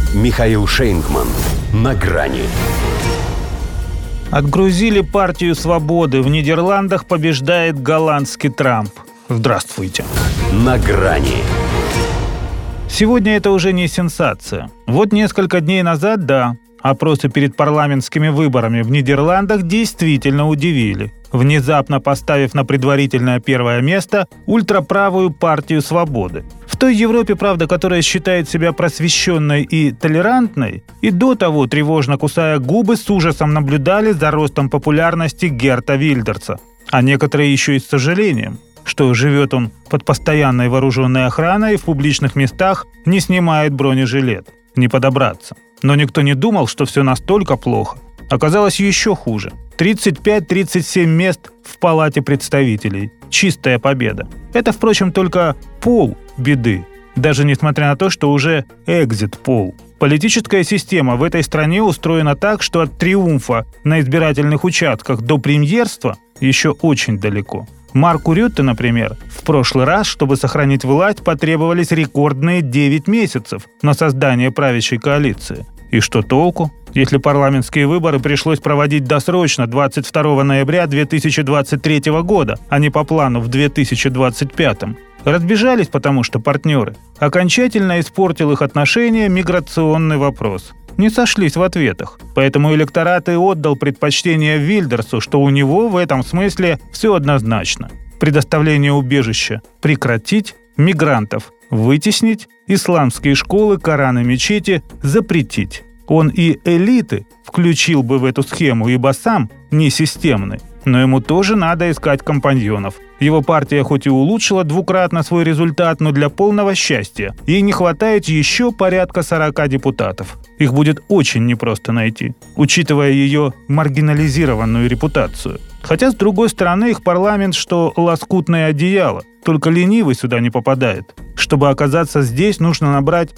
Михаил Шейнгман. На грани. Отгрузили партию свободы. В Нидерландах побеждает голландский Трамп. Здравствуйте. На грани. Сегодня это уже не сенсация. Вот несколько дней назад, опросы перед парламентскими выборами в Нидерландах действительно удивили, внезапно поставив на предварительное первое место ультраправую партию свободы. В той Европе, правда, которая считает себя просвещенной и толерантной, и до того, тревожно кусая губы, с ужасом наблюдали за ростом популярности Герта Вильдерса. А некоторые еще и с сожалением, что живет он под постоянной вооруженной охраной и в публичных местах не снимает бронежилет. Не подобраться. Но никто не думал, что все настолько плохо. Оказалось еще хуже. 35-37 мест в Палате представителей. Чистая победа. Это, впрочем, только полбеды. Даже несмотря на то, что уже экзит-пол. Политическая система в этой стране устроена так, что от триумфа на избирательных участках до премьерства еще очень далеко. Марку Рютте, например, в прошлый раз, чтобы сохранить власть, потребовались рекордные 9 месяцев на создание правящей коалиции. И что толку, если парламентские выборы пришлось проводить досрочно 22 ноября 2023 года, а не по плану в 2025? Разбежались, потому что партнеры. Окончательно испортил их отношения миграционный вопрос. Не сошлись в ответах. Поэтому электорат и отдал предпочтение Вильдерсу, что у него в этом смысле все однозначно. Предоставление убежища прекратить, мигрантов вытеснить, исламские школы, Коран и мечети запретить. Он и элиты включил бы в эту схему, ибо сам не системный. Но ему тоже надо искать компаньонов. Его партия хоть и улучшила двукратно свой результат, но для полного счастья ей не хватает еще порядка 40 депутатов. Их будет очень непросто найти, учитывая ее маргинализированную репутацию. Хотя, с другой стороны, их парламент, что лоскутное одеяло, только ленивый сюда не попадает. Чтобы оказаться здесь, нужно набрать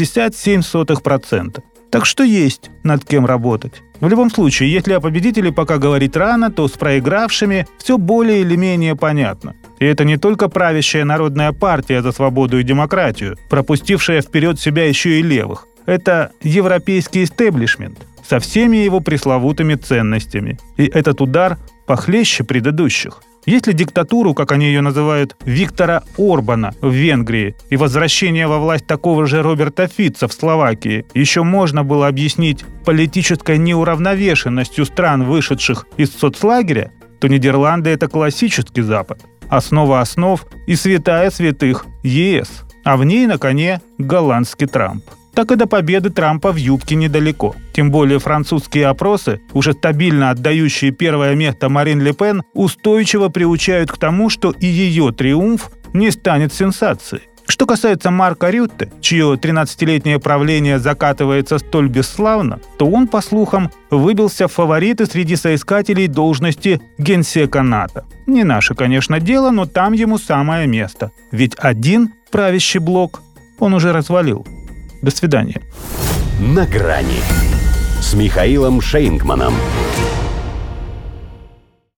67%. Так что есть над кем работать. В любом случае, если о победителе пока говорить рано, то с проигравшими все более или менее понятно. И это не только правящая Народная партия за свободу и демократию, пропустившая вперед себя еще и левых. Это европейский истеблишмент со всеми его пресловутыми ценностями. И этот удар похлеще предыдущих. Если диктатуру, как они ее называют, Виктора Орбана в Венгрии и возвращение во власть такого же Роберта Фица в Словакии еще можно было объяснить политической неуравновешенностью стран, вышедших из соцлагеря, то Нидерланды – это классический Запад, основа основ и святая святых ЕС, а в ней на коне голландский Трамп. Так и до победы Трампа в юбке недалеко. Тем более французские опросы, уже стабильно отдающие первое место Марин Ле Пен, устойчиво приучают к тому, что и ее триумф не станет сенсацией. Что касается Марка Рютте, чье 13-летнее правление закатывается столь бесславно, то он, по слухам, выбился в фавориты среди соискателей должности генсека НАТО. Не наше, конечно, дело, но там ему самое место. Ведь один правящий блок он уже развалил. До свидания. На грани с Михаилом Шейнгманом.